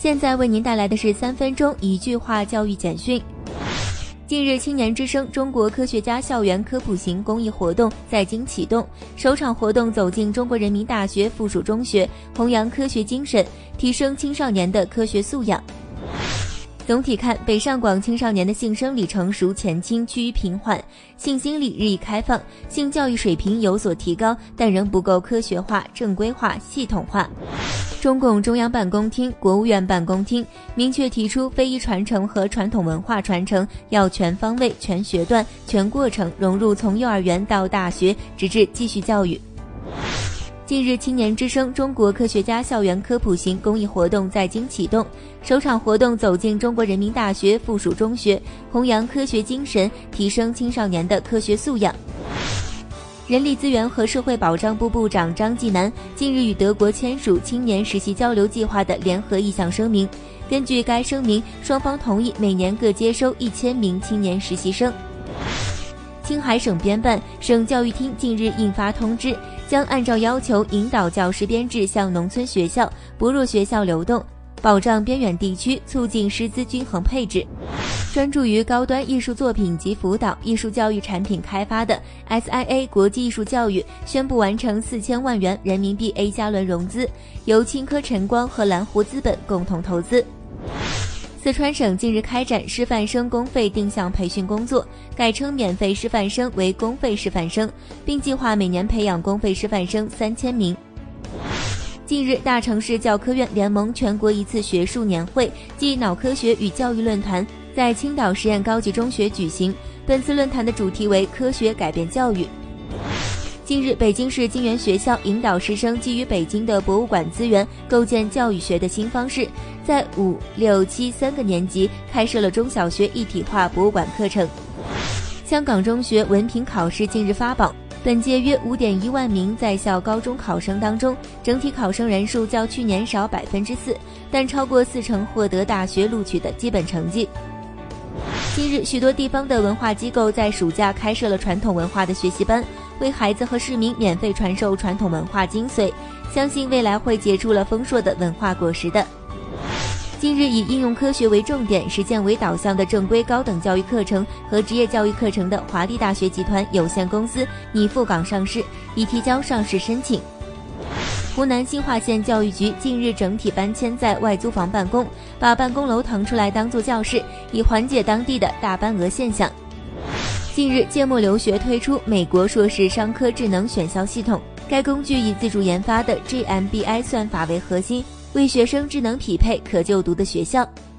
现在为您带来的是3分钟一句话教育简讯。近日，青年之声中国科学家校园科普型公益活动在京启动，首场活动走进中国人民大学附属中学，弘扬科学精神，提升青少年的科学素养。总体看，北上广青少年的性生理成熟前倾趋于平缓，性心理日益开放，性教育水平有所提高，但仍不够科学化、正规化、系统化。中共中央办公厅、国务院办公厅明确提出，非遗传承和传统文化传承要全方位、全学段、全过程融入，从幼儿园到大学，直至继续教育。近日，青年之声中国科学家校园科普型公益活动在京启动，首场活动走进中国人民大学附属中学，弘扬科学精神，提升青少年的科学素养。人力资源和社会保障部部长张继南近日与德国签署青年实习交流计划的联合意向声明。根据该声明，双方同意每年各接收1000名青年实习生。青海省编办、省教育厅近日印发通知，将按照要求引导教师编制向农村学校、薄弱学校流动，保障边远地区，促进师资均衡配置。专注于高端艺术作品及辅导艺术教育产品开发的 SIA 国际艺术教育宣布完成4000万元人民币 A 加轮融资，由青科晨光和蓝湖资本共同投资。四川省近日开展师范生公费定向培训工作，改称免费师范生为公费师范生，并计划每年培养公费师范生3000名。近日，大城市教科院联盟全国一次学术年会暨脑科学与教育论坛在青岛实验高级中学举行，本次论坛的主题为科学改变教育。近日，北京市金源学校引导师生基于北京的博物馆资源，构建教育学的新方式，在5、6、7 3个年级开设了中小学一体化博物馆课程。香港中学文凭考试近日发榜，本届约5.1万名在校高中考生当中，整体考生人数较去年少4%，但超过40%获得大学录取的基本成绩。近日，许多地方的文化机构在暑假开设了传统文化的学习班，为孩子和市民免费传授传统文化精髓，相信未来会结出了丰硕的文化果实的。近日，以应用科学为重点、实践为导向的正规高等教育课程和职业教育课程的华帝大学集团有限公司拟赴港上市，已提交上市申请。湖南新化县教育局近日整体搬迁在外租房办公，把办公楼腾出来当作教室，以缓解当地的大班额现象。近日，芥末留学推出美国硕士商科智能选校系统，该工具以自主研发的 GMBI 算法为核心，为学生智能匹配可就读的学校。